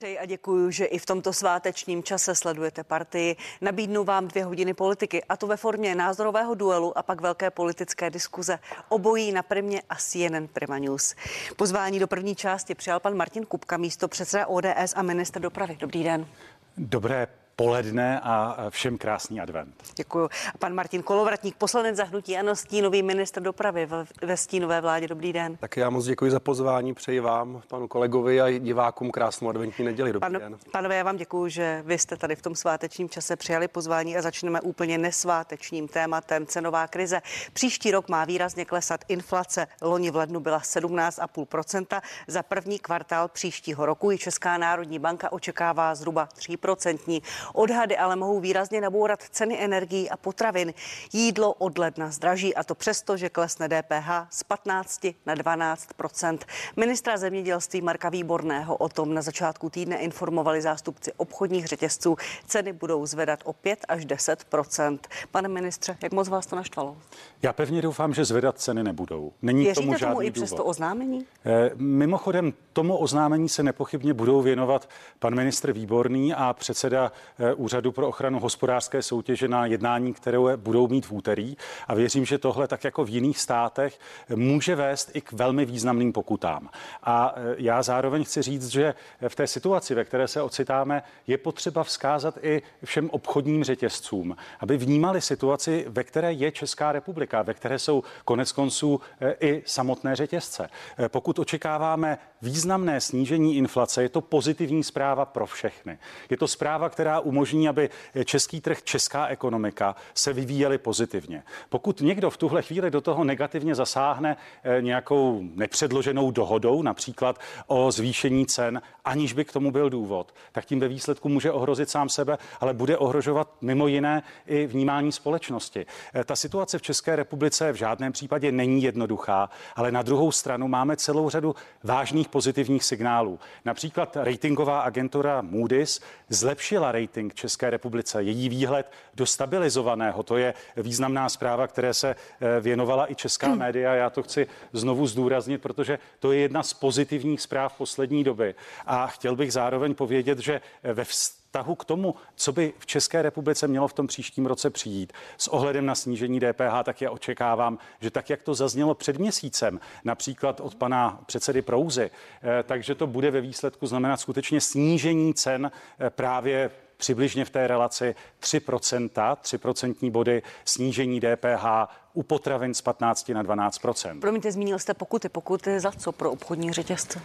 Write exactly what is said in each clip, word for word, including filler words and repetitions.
Přeji a děkuji, že i v tomto svátečním čase sledujete Partii. Nabídnu vám dvě hodiny politiky, a to ve formě názorového duelu a pak velké politické diskuze. Obojí na Primě a C N N Prima News. Pozvání do první části přijal pan Martin Kupka, místopředseda O D S a ministr dopravy. Dobrý den. Dobré poledne a všem krásný advent. Děkuji. Pan Martin Kolovratník, poslanec za hnutí ANO, stínový ministr dopravy ve stínové vládě. Dobrý den. Tak já moc děkuji za pozvání, přeji vám, panu kolegovi a divákům krásnou adventní neděli. Dobrý Pan, den. Panové, já vám děkuji, že vy jste tady v tom svátečním čase přijali pozvání a začneme úplně nesvátečním tématem cenová krize. Příští rok má výrazně klesat inflace. Loni v lednu byla sedmnáct celá pět procenta. Za první kvartál příštího roku ji Česká národní banka očekává zhruba tři procenta. Odhady ale mohou výrazně nabourat ceny energií a potravin. Jídlo od ledna zdraží, a to přesto, že klesne D P H z patnácti na dvanáct procent. Ministra zemědělství Marka Výborného o tom na začátku týdne informovali zástupci obchodních řetězců. Ceny budou zvedat o pět až deset procent. Pane ministře, jak moc vás to naštvalo? Já pevně doufám, že zvedat ceny nebudou. Není Věříte tomu žádný tomu i důvod. přes to oznámení? E, mimochodem, tomu oznámení se nepochybně budou věnovat pan ministr Výborný a předseda e, Úřadu pro ochranu hospodářské soutěže na jednání, které budou mít v úterý. A věřím, že tohle, tak jako v jiných státech, může vést i k velmi významným pokutám. A e, já zároveň chci říct, že v té situaci, ve které se ocitáme, je potřeba vzkázat i všem obchodním řetězcům, aby vnímali situaci, ve které je Česká republika, ve které jsou konec konců i samotné řetězce. Pokud očekáváme významné snížení inflace, je to pozitivní zpráva pro všechny. Je to zpráva, která umožní, aby český trh, česká ekonomika se vyvíjely pozitivně. Pokud někdo v tuhle chvíli do toho negativně zasáhne nějakou nepředloženou dohodou, například o zvýšení cen, aniž by k tomu byl důvod, tak tím ve výsledku může ohrozit sám sebe, ale bude ohrožovat mimo jiné i vnímání společnosti. Ta situace v České republice v žádném případě není jednoduchá, ale na druhou stranu máme celou řadu vážných pozitivních signálů. Například ratingová agentura Moody's zlepšila rating České republice. Její výhled do stabilizovaného, to je významná zpráva, které se věnovala i česká média. Já to chci znovu zdůraznit, protože to je jedna z pozitivních zpráv poslední doby. A chtěl bych zároveň povědět, že ve vztahu k tomu, co by v České republice mělo v tom příštím roce přijít s ohledem na snížení D P H, tak já očekávám, že tak, jak to zaznělo před měsícem, například od pana předsedy Prouzy, takže to bude ve výsledku znamenat skutečně snížení cen právě přibližně v té relaci tři procenta, tři procentní body snížení D P H u potravin z patnácti na dvanáct procent. Promiňte, zmínil jste pokuty. Pokuty za co pro obchodní řetězce?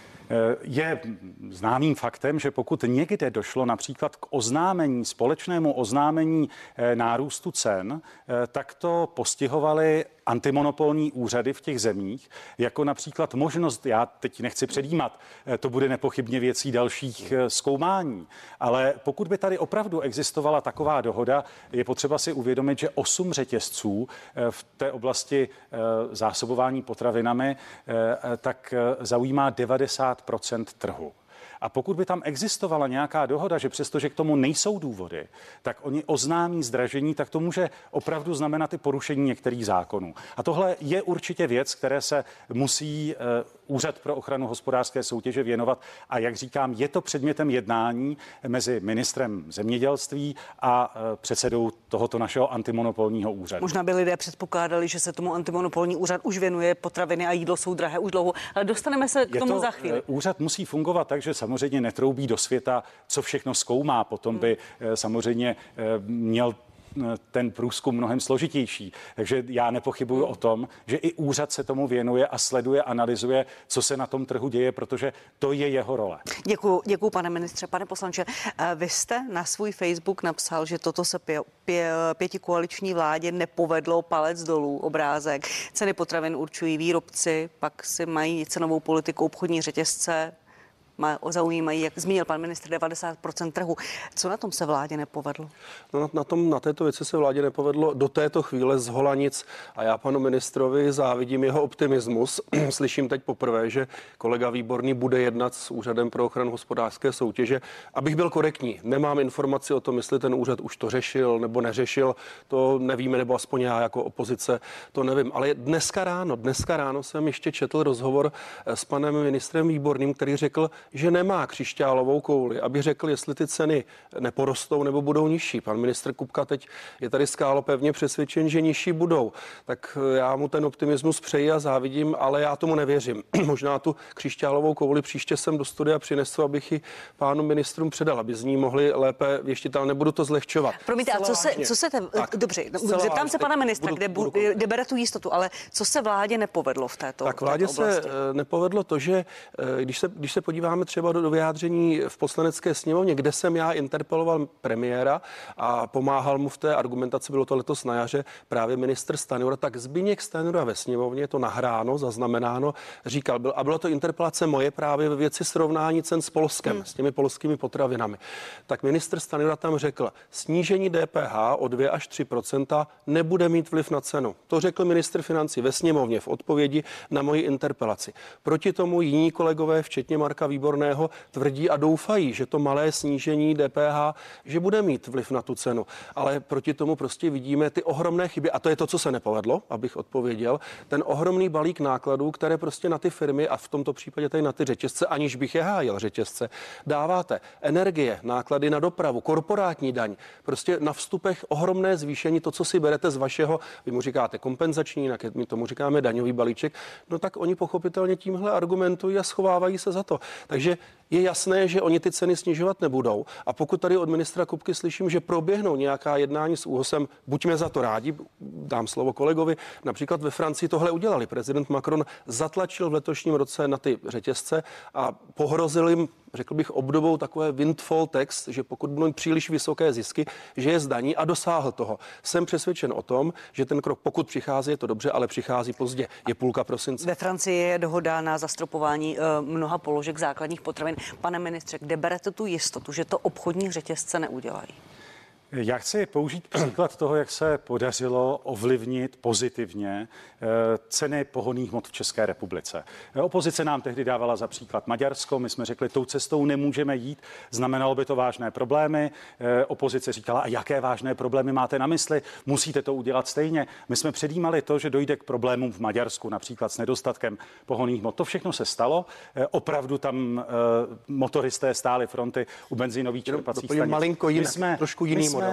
Je známým faktem, že pokud někde došlo například k oznámení, společnému oznámení nárůstu cen, tak to postihovaly antimonopolní úřady v těch zemích, jako například možnost, já teď nechci předjímat, to bude nepochybně věcí dalších zkoumání, ale pokud by tady opravdu existovala taková dohoda, je potřeba si uvědomit, že osm řetězců v té oblasti zásobování potravinami tak zaujímá devadesát procent trhu. A pokud by tam existovala nějaká dohoda, že přestože k tomu nejsou důvody, tak oni oznámí zdražení, tak to může opravdu znamenat i porušení některých zákonů. A tohle je určitě věc, které se musí Úřad pro ochranu hospodářské soutěže věnovat. A jak říkám, je to předmětem jednání mezi ministrem zemědělství a předsedou tohoto našeho antimonopolního úřadu. Možná by lidé předpokládali, že se tomu antimonopolní úřad už věnuje, potraviny a jídlo jsou drahé už dlouho, ale dostaneme se k je tomu to, za chvíli. Úřad musí fungovat tak, že samozřejmě netroubí do světa, co všechno zkoumá. Potom by hmm. samozřejmě měl ten průzkum mnohem složitější. Takže já nepochybuju o tom, že i úřad se tomu věnuje a sleduje, analyzuje, co se na tom trhu děje, protože to je jeho role. Děkuju, děkuju, pane ministře. Pane poslanče, vy jste na svůj Facebook napsal, že toto se pě, pě, pětikoaliční vládě nepovedlo, palec dolů, obrázek. Ceny potravin určují výrobci, pak si mají cenovou politiku obchodní řetězce, zaujímají, jak zmínil pan ministr, devadesát procent trhu. Co na tom se vládě nepovedlo? No na, na, tom, na této věci se vládě nepovedlo do této chvíle z hola nic. A já panu ministrovi závidím jeho optimismus. Slyším teď poprvé, že kolega Výborný bude jednat s Úřadem pro ochranu hospodářské soutěže. Abych byl korektní, nemám informaci o tom, jestli ten úřad už to řešil nebo neřešil. To nevíme, nebo aspoň já jako opozice to nevím. Ale dneska ráno, dneska ráno jsem ještě četl rozhovor s panem ministrem Výborným, který řekl, že nemá křišťálovou kouli, aby řekl, jestli ty ceny neporostou nebo budou nižší. Pan ministr Kupka teď je tady skálopevně přesvědčen, že nižší budou. Tak já mu ten optimismus přeji a závidím, ale já tomu nevěřím. Možná tu křišťálovou kouli příště sem do studia přinesu, abych ji pánu ministrům předal, aby z ní mohli lépe věštit, ale nebudu to zlehčovat. Promiňte, a co se, co se te, tak, dobře, zeptám se pana ministra, budu, kde, budu, bu, kde bere tu jistotu, ale co se vládě nepovedlo v této Tak vládě v této oblasti? se nepovedlo to, že když se, když se podíváme třeba do, do vyjádření v Poslanecké sněmovně, kde jsem já interpeloval premiéra a pomáhal mu v té argumentaci, bylo to letos na jaře, právě ministr Stanjura, tak Zbyněk Stanjura ve sněmovně, je to nahráno, zaznamenáno, říkal, byl, a byla to interpelace moje právě ve věci srovnání cen s Polskem, hmm. s těmi polskými potravinami. Tak ministr Stanjura tam řekl, snížení D P H o dvě až tři procenta nebude mít vliv na cenu. To řekl ministr financí ve sněmovně v odpovědi na moji interpelaci. Proti tomu jiní kolegové, včetně Marka Výborného, tvrdí a doufají, že to malé snížení D P H, že bude mít vliv na tu cenu. Ale proti tomu prostě vidíme ty ohromné chyby, a to je to, co se nepovedlo, abych odpověděl, ten ohromný balík nákladů, které prostě na ty firmy a v tomto případě tady na ty řetězce, aniž bych je hájil řetězce, dáváte. Energie, náklady na dopravu, korporátní daň, prostě na vstupech ohromné zvýšení, to, co si berete z vašeho, vy mu říkáte kompenzační, jinak my tomu říkáme daňový balíček, no tak oni pochopitelně tímhle argumentují a schovávají se za to. Takže je jasné, že oni ty ceny snižovat nebudou. A pokud tady od ministra Kupky slyším, že proběhnou nějaká jednání s ÚOHSem, buďme za to rádi, dám slovo kolegovi, například ve Francii tohle udělali. Prezident Macron zatlačil v letošním roce na ty řetězce a pohrozil jim, řekl bych, obdobou takové windfall tax, že pokud budou příliš vysoké zisky, že je zdaní, a dosáhl toho. Jsem přesvědčen o tom, že ten krok, pokud přichází, je to dobře, ale přichází pozdě. Je půlka prosince. Ve Francii je dohoda na zastropování uh, mnoha položek základních potravin. Pane ministře, kde berete tu jistotu, že to obchodní řetězce neudělají? Já chci použít příklad toho, jak se podařilo ovlivnit pozitivně ceny pohonných hmot v České republice. Opozice nám tehdy dávala za příklad Maďarsko, my jsme řekli, tou cestou nemůžeme jít, znamenalo by to vážné problémy. Opozice říkala, a jaké vážné problémy máte na mysli, musíte to udělat stejně. My jsme předjímali to, že dojde k problémům v Maďarsku, například s nedostatkem pohonných hmot. To všechno se stalo. Opravdu tam motoristé stáli fronty u benzinových čerpacích stanic. Malinko jinak, jsme, trošku jiný model.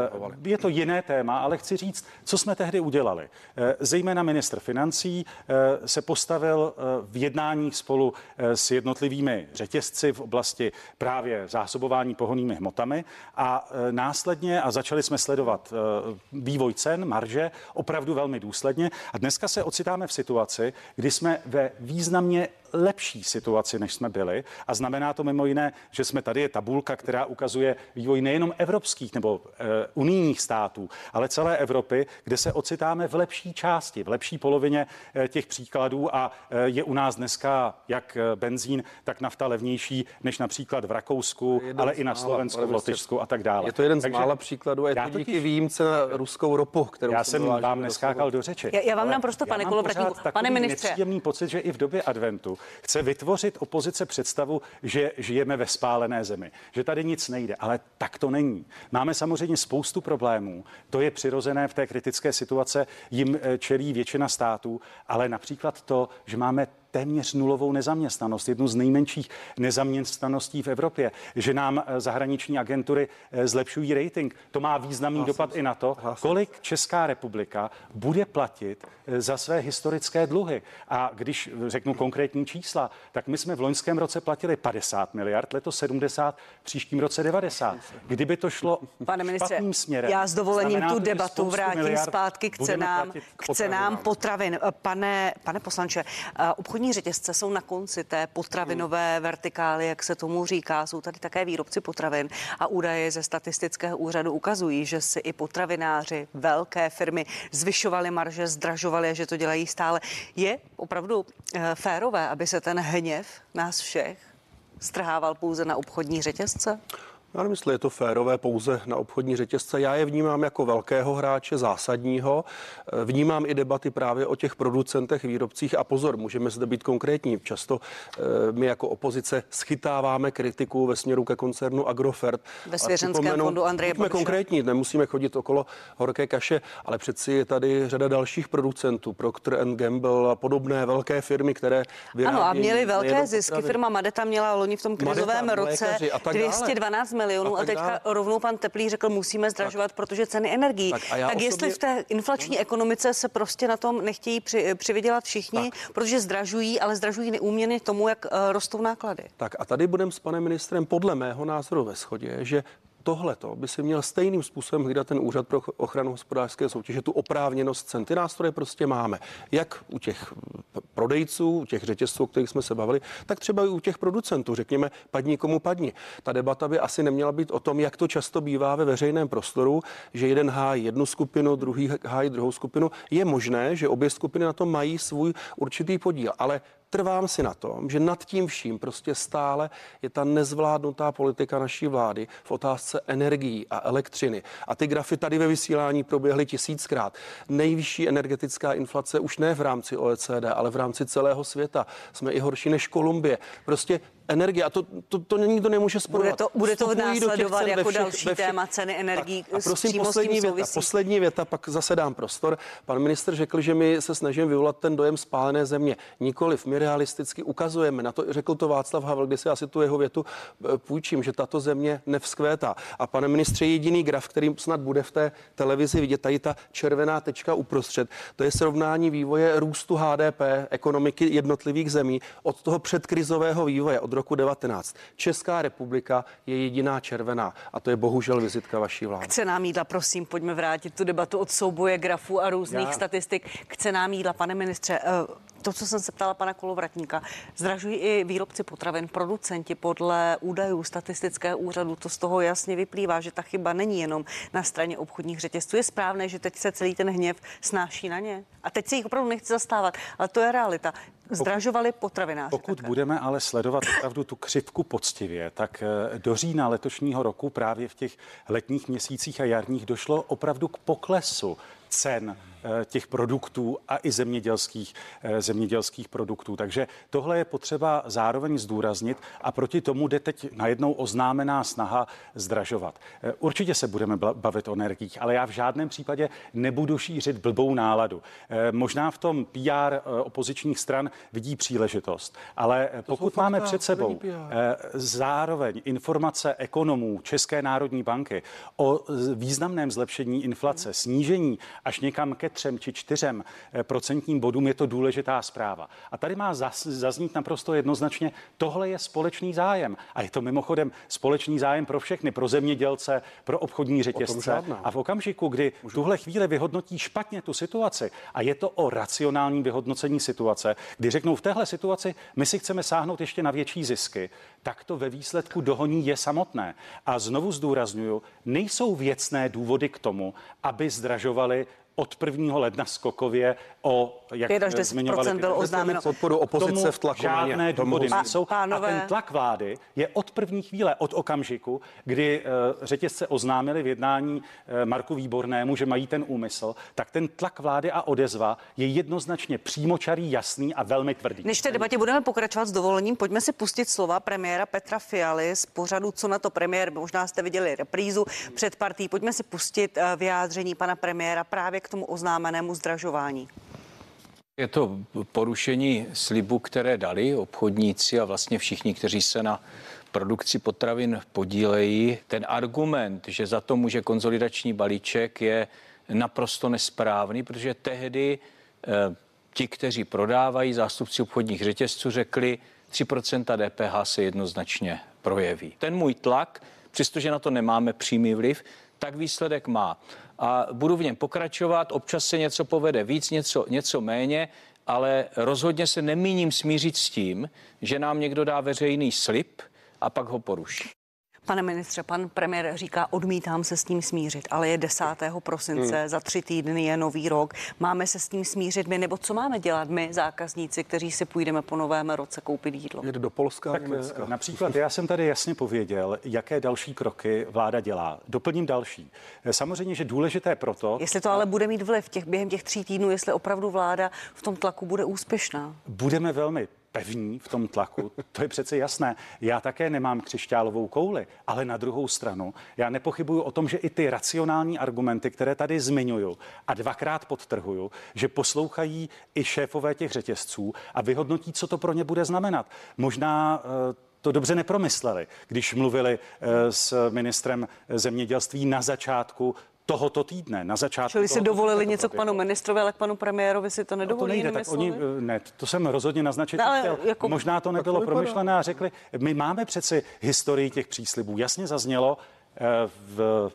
Je to jiné téma, ale chci říct, co jsme tehdy udělali. Zejména ministr financí se postavil v jednáních spolu s jednotlivými řetězci v oblasti právě zásobování pohonnými hmotami a následně a začali jsme sledovat vývoj cen, marže opravdu velmi důsledně a dneska se ocitáme v situaci, kdy jsme ve významně lepší situaci, než jsme byli. A znamená to mimo jiné, že jsme tady je tabulka, která ukazuje vývoj nejenom evropských nebo e, unijních států, ale celé Evropy, kde se ocitáme v lepší části, v lepší polovině e, těch příkladů a e, je u nás dneska jak benzín, tak nafta levnější než například v Rakousku, ale i na Slovensku, v Lotyšsku a tak dále. Je to jeden Takže z mála příkladů a je to díky totiž, výjimce na ruskou ropu, kterou já jsem vám neskákal do řeči. Já, já vám dám prostě, pane Kolovratníku, pane ministře. Nepříjemný pocit, že i v době adventu chce vytvořit opozice představu, že žijeme ve spálené zemi, že tady nic nejde, ale tak to není. Máme samozřejmě spoustu problémů, to je přirozené v té kritické situace, jim čelí většina států, ale například to, že máme téměř nulovou nezaměstnanost, jednu z nejmenších nezaměstnaností v Evropě, že nám zahraniční agentury zlepšují rating. To má významný Hlasím dopad se. i na to, Hlasím kolik Česká republika bude platit za své historické dluhy. A když řeknu konkrétní čísla, tak my jsme v loňském roce platili padesát miliard, letos sedmdesát, v příštím roce devadesát. Kdyby to šlo Pane ministře, špatným směrem. Já s dovolením tu debatu vrátím zpátky k cenám, k cenám potravin. Pane, pane poslanče, obchodní řetězce jsou na konci té potravinové vertikály, jak se tomu říká. Jsou tady také výrobci potravin a údaje ze statistického úřadu ukazují, že si i potravináři, velké firmy zvyšovali marže, zdražovali a že to dělají stále. Je opravdu e, férové, aby se ten hněv nás všech strhával pouze na obchodní řetězce? Já nemyslím, je to férové pouze na obchodní řetězce. Já je vnímám jako velkého hráče, zásadního. Vnímám i debaty právě o těch producentech, výrobcích a pozor, můžeme zde být konkrétní. Často my jako opozice schytáváme kritiku ve směru ke koncernu Agrofert. Ve svěřenském fondu Andreje Babiše. Konkrétní, nemusíme chodit okolo horké kaše, ale přeci je tady řada dalších producentů, Procter and Gamble a podobné velké firmy, které vyrábějí. Ano, a měli velké zisky. Potraviny. Firma Madeta měla loni v tom krizovém Madeta, roce dvě stě dvanáct milionů a, a teďka dále. Rovnou pan Teplý řekl, musíme zdražovat, tak. protože ceny energií. Tak, tak osobně... jestli v té inflační ekonomice se prostě na tom nechtějí při, přivydělat všichni, tak. protože zdražují, ale zdražují neúměrně tomu, jak uh, rostou náklady. Tak a tady budeme s panem ministrem podle mého názoru ve shodě, že tohleto by si měl stejným způsobem hlídat ten úřad pro ochranu hospodářské soutěže, tu oprávněnost cen. Ty nástroje prostě máme. Jak u těch prodejců, u těch řetězců, o kterých jsme se bavili, tak třeba i u těch producentů. Řekněme, padni komu padni. Ta debata by asi neměla být o tom, jak to často bývá ve veřejném prostoru, že jeden hájí jednu skupinu, druhý hájí druhou skupinu. Je možné, že obě skupiny na tom mají svůj určitý podíl, ale trvám si na tom, že nad tím vším prostě stále je ta nezvládnutá politika naší vlády v otázce energií a elektřiny. A ty grafy tady ve vysílání proběhly tisíckrát. Nejvyšší energetická inflace už ne v rámci O E C D, ale v rámci celého světa. Jsme i horší než Kolumbie. Prostě energie, a to, to, to nikdo nemůže sporovat. Bude to, bude to následovat jako všech, další všech, téma ceny energií. A prosím, poslední věta, poslední věta, pak zase dám prostor. Pan ministr řekl, že my se snažíme vyvolat ten dojem spálené země. Nikoliv, my realisticky ukazujeme, na to řekl to Václav Havel, kdy si asi tu jeho větu půjčím, že tato země nevzkvétá. A pane ministře, jediný graf, který snad bude v té televizi vidět, tady ta červená tečka uprostřed, to je srovnání vývoje růstu H D P ekonomiky jednotlivých zemí od toho předkrizového vývoje, od roku devatenáct. Česká republika je jediná červená a to je bohužel vizitka vaší vlády. K cenám jídla, prosím, pojďme vrátit tu debatu od souboje grafů a různých Já. statistik. K cenám jídla, pane ministře, to, co jsem se ptala pana Kolovratníka, zdražují i výrobci potravin, producenti podle údajů statistického úřadu, to z toho jasně vyplývá, že ta chyba není jenom na straně obchodních řetězců. Je správné, že teď se celý ten hněv snáší na ně. A teď se jich opravdu nechci zastávat, ale to je realita. Zdražovali potravináři. Pokud také. budeme ale sledovat opravdu tu křivku poctivě, tak do října letošního roku právě v těch letních měsících a jarních došlo opravdu k poklesu cen těch produktů a i zemědělských, zemědělských produktů. Takže tohle je potřeba zároveň zdůraznit a proti tomu jde teď najednou oznámená snaha zdražovat. Určitě se budeme bavit o energiích, ale já v žádném případě nebudu šířit blbou náladu. Možná v tom P R opozičních stran vidí příležitost, ale pokud máme před sebou zároveň informace ekonomů České národní banky o významném zlepšení inflace, snížení až někam ke třem či čtyřem procentním bodům, je to důležitá zpráva. A tady má zaznít naprosto jednoznačně, tohle je společný zájem. A je to mimochodem společný zájem pro všechny, pro zemědělce, pro obchodní řetězce. A v okamžiku, kdy v tuhle chvíli vyhodnotí špatně tu situaci, a je to o racionálním vyhodnocení situace, kdy řeknou v téhle situaci, my si chceme sáhnout ještě na větší zisky, tak to ve výsledku dohoní je samotné. A znovu zdůrazňuju, nejsou věcné důvody k tomu, aby zdražovali od prvního ledna skokově o, jak pět až deset procent bylo oznámeno. Podporu opozice v tlaku žádné důvody nejsou. A ten tlak vlády je od první chvíle, od okamžiku, kdy uh, řetězce oznámili v jednání uh, Marku Výbornému, že mají ten úmysl, tak ten tlak vlády a odezva je jednoznačně přímočarý, jasný a velmi tvrdý. Než v té debatě budeme pokračovat s dovolením, pojďme si pustit slova premiéra Petra Fialy z pořadu Co na to premiér, možná jste viděli reprízu před partí. Pojďme si pustit uh, vyjádření pana premiéra právě k tomu oznámenému zdražování. Je to porušení slibu, které dali obchodníci a vlastně všichni, kteří se na produkci potravin podílejí. Ten argument, že za to může konsolidační balíček, je naprosto nesprávný, protože tehdy eh, ti, kteří prodávají, zástupci obchodních řetězců, řekli, tři procenta D P H se jednoznačně projeví. Ten můj tlak, přestože na to nemáme přímý vliv, tak výsledek má. A budu v něm pokračovat, občas se něco povede víc, něco, něco méně, ale rozhodně se nemíním smířit s tím, že nám někdo dá veřejný slib a pak ho poruší. Pane ministře, pan premiér říká, odmítám se s tím smířit, ale je desátého prosince, hmm. za tři týdny je nový rok. Máme se s tím smířit my, nebo co máme dělat my, zákazníci, kteří si půjdeme po novém roce koupit jídlo? Jde do Polska, tak Německa. Například já jsem tady jasně pověděl, jaké další kroky vláda dělá. Doplním další. Samozřejmě, že důležité proto... Jestli to ale bude mít vliv těch, během těch tří týdnů, jestli opravdu vláda v tom tlaku bude úspěšná. Budeme velmi pevní v tom tlaku, to je přece jasné. Já také nemám křišťálovou kouli, ale na druhou stranu já nepochybuju o tom, že i ty racionální argumenty, které tady zmiňuju a dvakrát podtrhuju, že poslouchají i šéfové těch řetězců a vyhodnotí, co to pro ně bude znamenat. Možná to dobře nepromysleli, když mluvili s ministrem zemědělství na začátku tohoto týdne, na začátku. Čili si dovolili něco k panu ministrovi, ale k panu premiérovi si to nedovolí. No to nejde, tak oni, ne, to jsem rozhodně naznačit no, chtěl. Jako, možná to nebylo to promyšlené a řekli, my máme přeci historii těch příslibů. Jasně zaznělo, v,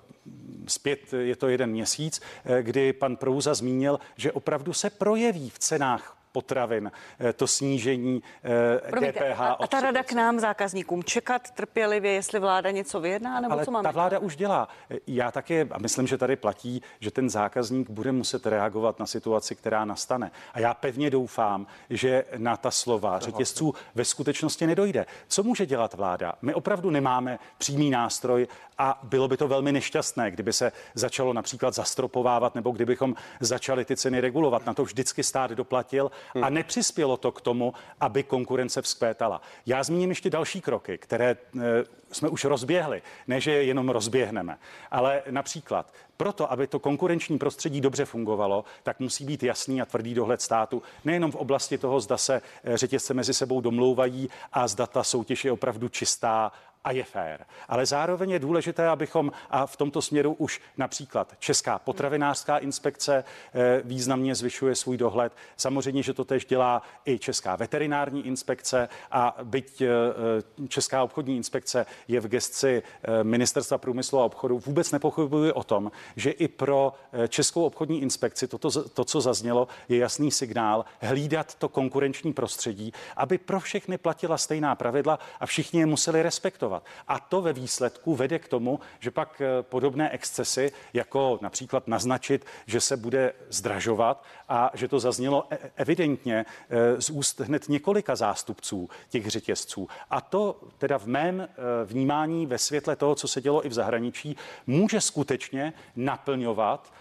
zpět je to jeden měsíc, kdy pan Prouza zmínil, že opravdu se projeví v cenách potravin, to snížení Promiňte, D P H. A, a ta rada k nám, zákazníkům, čekat trpělivě, jestli vláda něco vyjedná, nebo ale co máme? Ta vláda už dělá. Já také, a myslím, že tady platí, že ten zákazník bude muset reagovat na situaci, která nastane. A já pevně doufám, že na ta slova řetězců ve skutečnosti nedojde. Co může dělat vláda? My opravdu nemáme přímý nástroj a bylo by to velmi nešťastné, kdyby se začalo například zastropovávat nebo kdybychom začali ty ceny regulovat. Na to vždycky stát doplatil a nepřispělo to k tomu, aby konkurence vzkvétala. Já zmíním ještě další kroky, které e, jsme už rozběhli. Ne, že je jenom rozběhneme, ale například proto, aby to konkurenční prostředí dobře fungovalo, tak musí být jasný a tvrdý dohled státu, nejenom v oblasti toho, zda se řetězce mezi sebou domlouvají a zda ta soutěž je opravdu čistá a je fér. Ale zároveň je důležité, abychom, a v tomto směru už například Česká potravinářská inspekce významně zvyšuje svůj dohled. Samozřejmě, že to též dělá i Česká veterinární inspekce a byť Česká obchodní inspekce je v gesci Ministerstva průmyslu a obchodu, vůbec nepochybuji o tom, že i pro Českou obchodní inspekci toto, to, co zaznělo, je jasný signál hlídat to konkurenční prostředí, aby pro všechny platila stejná pravidla a všichni je museli respektovat. A to ve výsledku vede k tomu, že pak podobné excesy, jako například naznačit, že se bude zdražovat a že to zaznělo evidentně z úst hned několika zástupců těch řetězců. A to teda v mém vnímání ve světle toho, co se dělo i v zahraničí, může skutečně naplňovat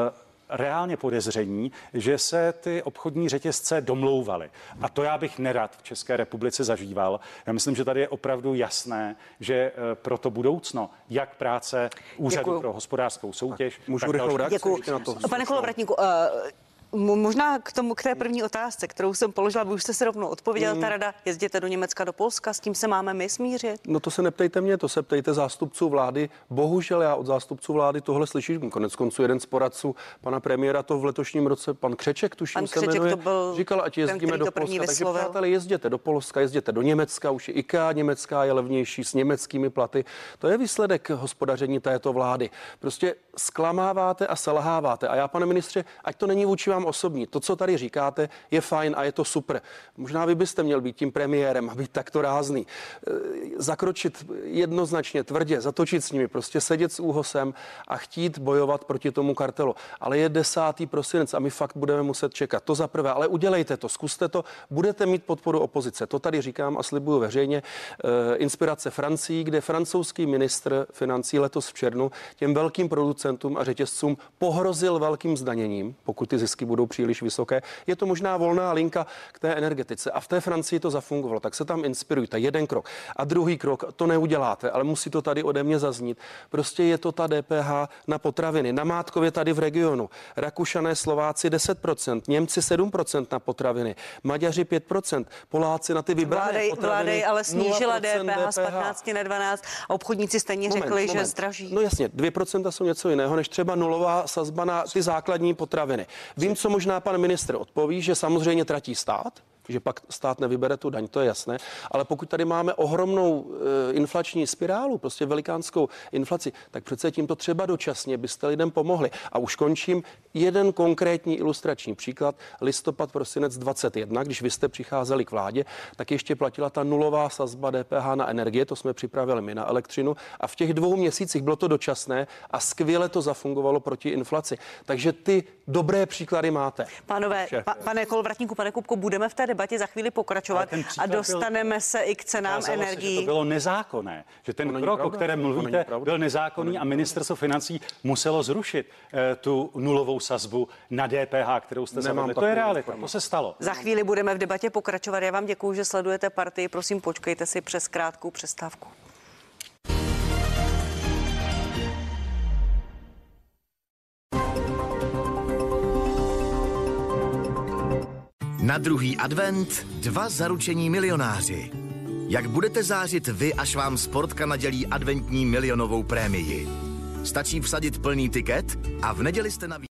reálně podezření, že se ty obchodní řetězce domlouvaly. A to já bych nerad v České republice zažíval. Já myslím, že tady je opravdu jasné, že pro to budoucno, jak práce Úřadu Děkuju. pro hospodářskou soutěž. Můžu rychlou reakci na to? Pane Kolovratníku, uh... možná k tomu, k té první otázce, kterou jsem položila, vy už jste se rovnou odpověděl, mm. ta rada, jezděte do Německa, do Polska, s tím se máme my smířit? No to se neptejte mě, to se ptejte zástupců vlády. Bohužel já od zástupců vlády tohle slyším. Konec konců jeden z poradců pana premiéra to v letošním roce, pan Křeček, tuším pan se Křeček jmenuje, to byl říkal, ať jezdíme ten, do Polska. Takže přátelé, jezděte do Polska, jezděte do Německa, už je IKEA německá je levnější s německými platy. To je výsledek hospodaření této vlády. Prostě zklamáváte a selháváte. A já, pane ministře, ať to není vůči vám osobní. To, co tady říkáte, je fajn a je to super. Možná vy byste měl být tím premiérem a být takto rázný. Zakročit jednoznačně, tvrdě, zatočit s nimi, prostě sedět s ÚHOSem a chtít bojovat proti tomu kartelu. Ale je desátý prosinec a my fakt budeme muset čekat. To za prvé, ale udělejte to, zkuste to, budete mít podporu opozice. To tady říkám a slibuju veřejně. E, inspirace Francii, kde francouzský ministr financí letos v červnu těm velkým producentům a řetězcům pohrozil velkým zdaněním, pokud ty zisky budou příliš vysoké. Je to možná volná linka k té energetice a v té Francii to zafungovalo, tak se tam inspirujte. Jeden krok. A druhý krok, to neuděláte, ale musí to tady ode mě zaznít. Prostě je to ta D P H na potraviny. Na Mátkově tady v regionu. Rakušané, Slováci deset procent, Němci sedm procent na potraviny, Maďaři pět procent, Poláci na ty vybrané vládej, potraviny. Vládej ale snížila D P H z patnácti na dvanáct a obchodníci stejně moment, řekli, moment. že zdraží. No jasně, dvě procenta jsou něco jiného, než třeba nulová sazba na ty základní potraviny. Vím, co možná pan ministr odpoví, že samozřejmě tratí stát, že pak stát nevybere tu daň, to je jasné. Ale pokud tady máme ohromnou e, inflační spirálu, prostě velikánskou inflaci, tak přece tímto třeba dočasně byste lidem pomohli. A už končím jeden konkrétní ilustrační příklad. Listopad, prosinec dvacet jedna, když vy jste přicházeli k vládě, tak ještě platila ta nulová sazba D P H na energie, to jsme připravili my na elektřinu a v těch dvou měsících bylo to dočasné a skvěle to zafungovalo proti inflaci. Takže ty dobré příklady máte. Pánové, pa, pane Kolovratníku, pane Kupko, budeme v té debatě za chvíli pokračovat a dostaneme byl, se i k cenám energií. Se, že to bylo nezákonné, že ten krok, pravda, o kterém mluvíte, byl nezákonný a ministerstvo financí muselo zrušit eh, tu nulovou sazbu na D P H, kterou jste zavedli. To je realita, to se stalo. Za chvíli budeme v debatě pokračovat. Já vám děkuji, že sledujete Partii. Prosím, počkejte si přes krátkou přestávku. Na druhý advent dva zaručení milionáři. Jak budete zářit vy, až vám Sportka nadělí adventní milionovou prémii? Stačí vsadit plný tiket a v neděli jste na